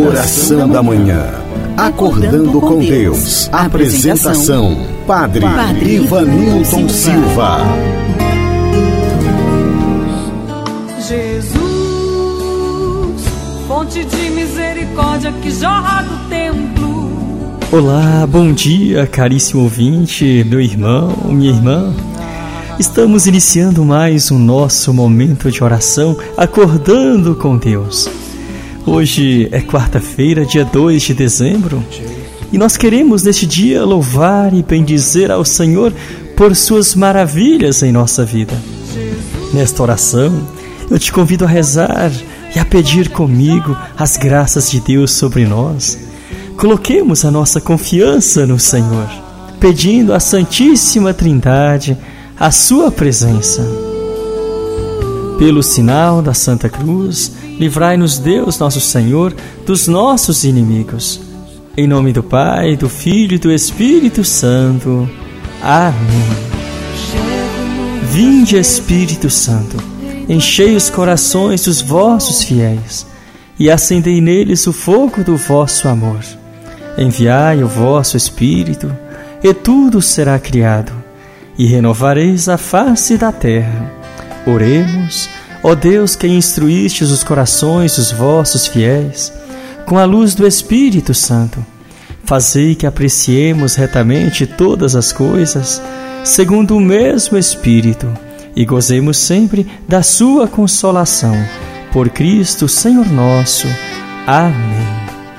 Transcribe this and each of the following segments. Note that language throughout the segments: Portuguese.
Oração da Manhã. Acordando com Deus. Apresentação: Padre Ivanilton Silva. Jesus, fonte de misericórdia que jorra do templo. Olá, bom dia, caríssimo ouvinte, meu irmão, minha irmã. Estamos iniciando mais o nosso momento de oração, acordando com Deus. Hoje é quarta-feira, dia 2 de dezembro, e nós queremos neste dia louvar e bendizer ao Senhor por suas maravilhas em nossa vida. Nesta oração, eu te convido a rezar e a pedir comigo as graças de Deus sobre nós. Coloquemos a nossa confiança no Senhor, pedindo à Santíssima Trindade a sua presença. Pelo sinal da Santa Cruz, livrai-nos Deus nosso Senhor dos nossos inimigos. Em nome do Pai, do Filho e do Espírito Santo. Amém. Vinde, Espírito Santo, enchei os corações dos vossos fiéis e acendei neles o fogo do vosso amor. Enviai o vosso Espírito, e tudo será criado, e renovareis a face da terra. Oremos, ó Deus, que instruístes os corações dos vossos fiéis com a luz do Espírito Santo. Fazei que apreciemos retamente todas as coisas, segundo o mesmo Espírito, e gozemos sempre da sua consolação. Por Cristo, Senhor nosso. Amém.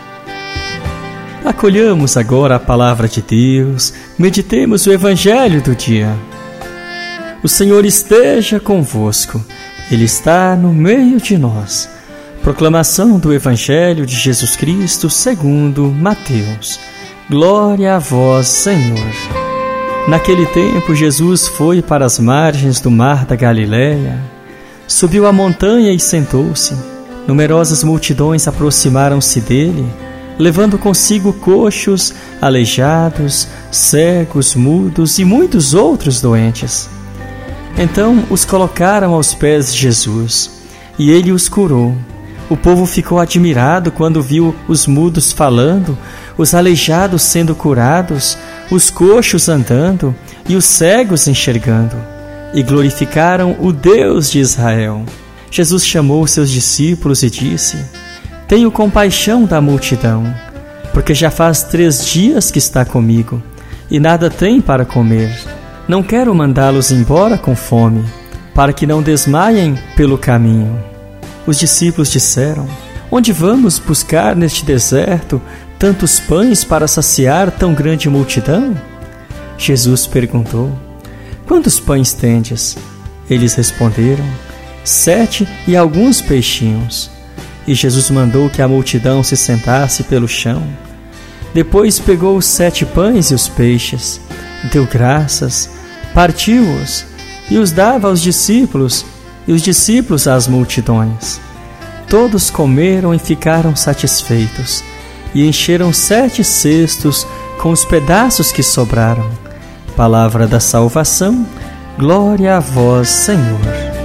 Acolhamos agora a palavra de Deus, meditemos o Evangelho do dia. O Senhor esteja convosco, Ele está no meio de nós. Proclamação do Evangelho de Jesus Cristo segundo Mateus. Glória a vós, Senhor. Naquele tempo, Jesus foi para as margens do mar da Galileia, subiu a montanha e sentou-se. Numerosas multidões aproximaram-se dele, levando consigo coxos, aleijados, cegos, mudos e muitos outros doentes. Então os colocaram aos pés de Jesus, e ele os curou. O povo ficou admirado quando viu os mudos falando, os aleijados sendo curados, os coxos andando e os cegos enxergando, e glorificaram o Deus de Israel. Jesus chamou seus discípulos e disse: Tenho compaixão da multidão, porque já faz 3 dias que está comigo, e nada tem para comer. Não quero mandá-los embora com fome, para que não desmaiem pelo caminho. Os discípulos disseram: Onde vamos buscar neste deserto tantos pães para saciar tão grande multidão? Jesus perguntou: Quantos pães tendes? Eles responderam: 7 e alguns peixinhos. E Jesus mandou que a multidão se sentasse pelo chão. Depois pegou os 7 pães e os peixes, deu graças, partiu-os e os dava aos discípulos, e os discípulos às multidões. Todos comeram e ficaram satisfeitos, e encheram 7 cestos com os pedaços que sobraram. Palavra da salvação, glória a vós, Senhor.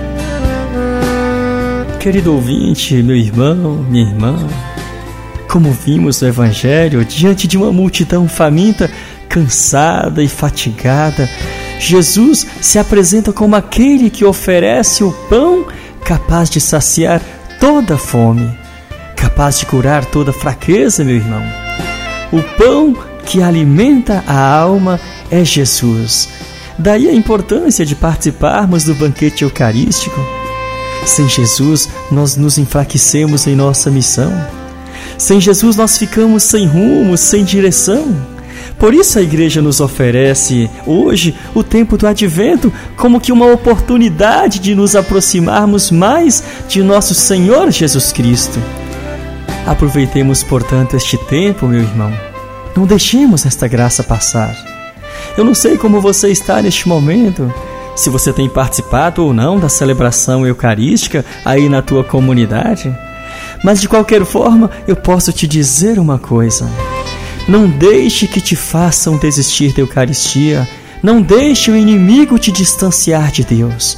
Querido ouvinte, meu irmão, minha irmã, como vimos no Evangelho, diante de uma multidão faminta, cansada e fatigada, Jesus se apresenta como aquele que oferece o pão capaz de saciar toda a fome, capaz de curar toda fraqueza, meu irmão. O pão que alimenta a alma é Jesus. Daí a importância de participarmos do banquete eucarístico. Sem Jesus, nós nos enfraquecemos em nossa missão. Sem Jesus, nós ficamos sem rumo, sem direção. Por isso a Igreja nos oferece hoje o tempo do Advento como que uma oportunidade de nos aproximarmos mais de nosso Senhor Jesus Cristo. Aproveitemos, portanto, este tempo, meu irmão. Não deixemos esta graça passar. Eu não sei como você está neste momento, se você tem participado ou não da celebração eucarística aí na tua comunidade, mas de qualquer forma eu posso te dizer uma coisa: não deixe que te façam desistir da Eucaristia, não deixe o inimigo te distanciar de Deus,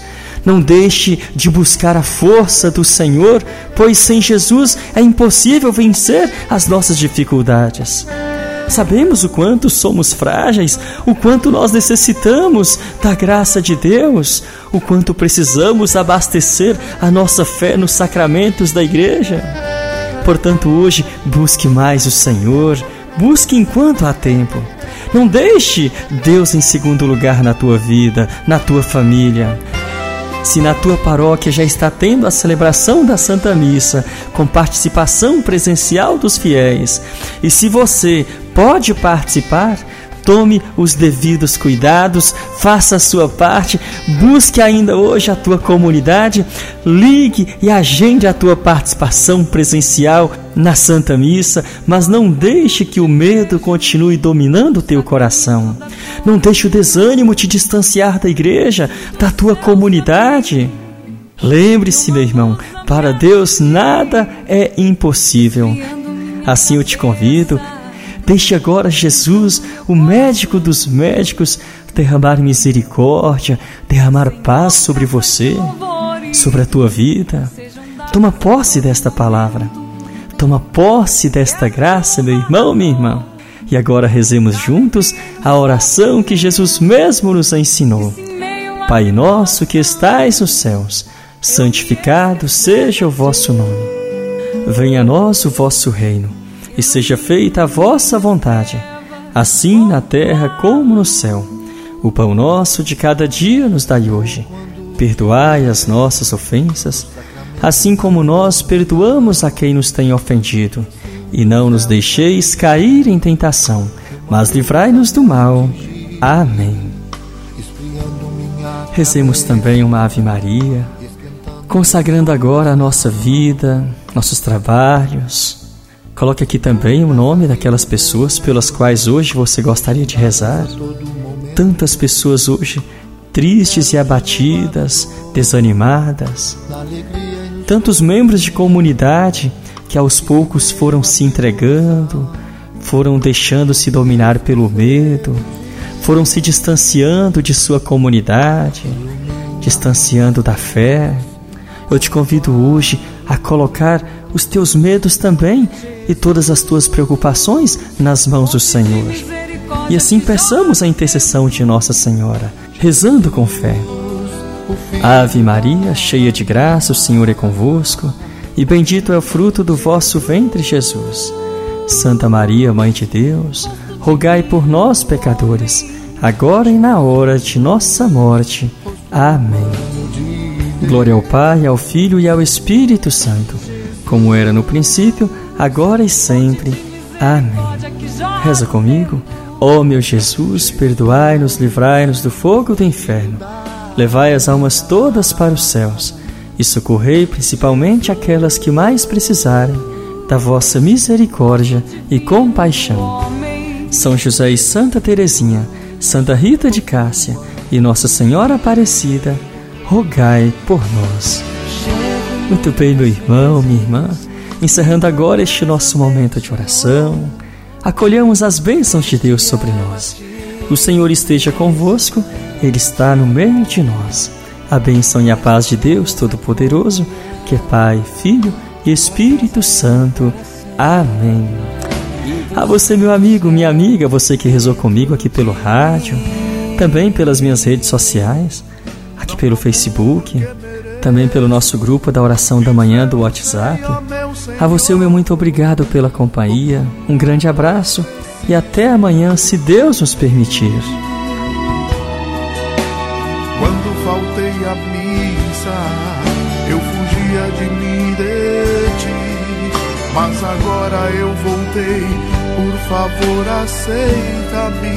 Não deixe de buscar a força do Senhor, pois sem Jesus é impossível vencer as nossas dificuldades. Sabemos o quanto somos frágeis, o quanto nós necessitamos da graça de Deus, o quanto precisamos abastecer a nossa fé nos sacramentos da igreja. Portanto, hoje, busque mais o Senhor, busque enquanto há tempo. Não deixe Deus em segundo lugar na tua vida, na tua família. Se na tua paróquia já está tendo a celebração da Santa Missa, com participação presencial dos fiéis, e se você pode participar, tome os devidos cuidados, faça a sua parte, busque ainda hoje a tua comunidade, ligue e agende a tua participação presencial na Santa Missa, mas não deixe que o medo continue dominando o teu coração. Não deixe o desânimo te distanciar da igreja, da tua comunidade. Lembre-se, meu irmão, para Deus nada é impossível. Assim eu te convido, deixe agora Jesus, o médico dos médicos, derramar misericórdia, derramar paz sobre você, sobre a tua vida. Toma posse desta palavra, toma posse desta graça, meu irmão, minha irmã. E agora rezemos juntos a oração que Jesus mesmo nos ensinou. Pai nosso que estais nos céus, santificado seja o vosso nome. Venha a nós o vosso reino, e seja feita a vossa vontade, assim na terra como no céu. O pão nosso de cada dia nos dai hoje. Perdoai as nossas ofensas, assim como nós perdoamos a quem nos tem ofendido. E não nos deixeis cair em tentação, mas livrai-nos do mal. Amém. Rezemos também uma Ave Maria, consagrando agora a nossa vida, nossos trabalhos. Coloque aqui também o nome daquelas pessoas pelas quais hoje você gostaria de rezar. Tantas pessoas hoje tristes e abatidas, desanimadas. Tantos membros de comunidade que aos poucos foram se entregando, foram deixando-se dominar pelo medo, foram se distanciando de sua comunidade, distanciando da fé. Eu te convido hoje a colocar os teus medos também e todas as tuas preocupações nas mãos do Senhor. E assim peçamos a intercessão de Nossa Senhora, rezando com fé. Ave Maria, cheia de graça, o Senhor é convosco, e bendito é o fruto do vosso ventre, Jesus. Santa Maria, Mãe de Deus, rogai por nós, pecadores, agora e na hora de nossa morte. Amém. Glória ao Pai, ao Filho e ao Espírito Santo, como era no princípio, agora e sempre. Amém. Reza comigo. Ó meu Jesus, perdoai-nos, livrai-nos do fogo do inferno. Levai as almas todas para os céus e socorrei principalmente aquelas que mais precisarem da vossa misericórdia e compaixão. São José e Santa Teresinha, Santa Rita de Cássia e Nossa Senhora Aparecida, rogai por nós. Muito bem, meu irmão, minha irmã, encerrando agora este nosso momento de oração, acolhamos as bênçãos de Deus sobre nós. O Senhor esteja convosco, Ele está no meio de nós. A bênção e a paz de Deus Todo-Poderoso, que é Pai, Filho e Espírito Santo. Amém. A você, meu amigo, minha amiga, você que rezou comigo aqui pelo rádio, também pelas minhas redes sociais, aqui pelo Facebook, também pelo nosso grupo da Oração da Manhã do WhatsApp. A você, o meu muito obrigado pela companhia, um grande abraço e até amanhã, se Deus nos permitir. Quando faltei à missa, eu fugia de mim e de ti, mas agora eu voltei, por favor aceita-me.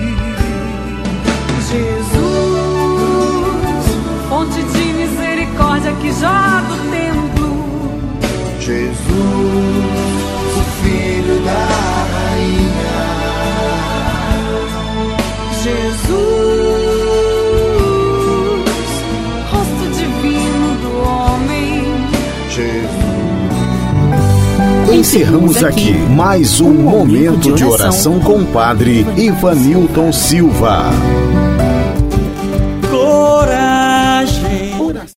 Jesus, fonte de misericórdia que jorra do templo. Jesus, o Filho da Rainha. Jesus, rosto divino do homem. Encerramos aqui mais um momento de oração com o Padre Ivanilton Silva.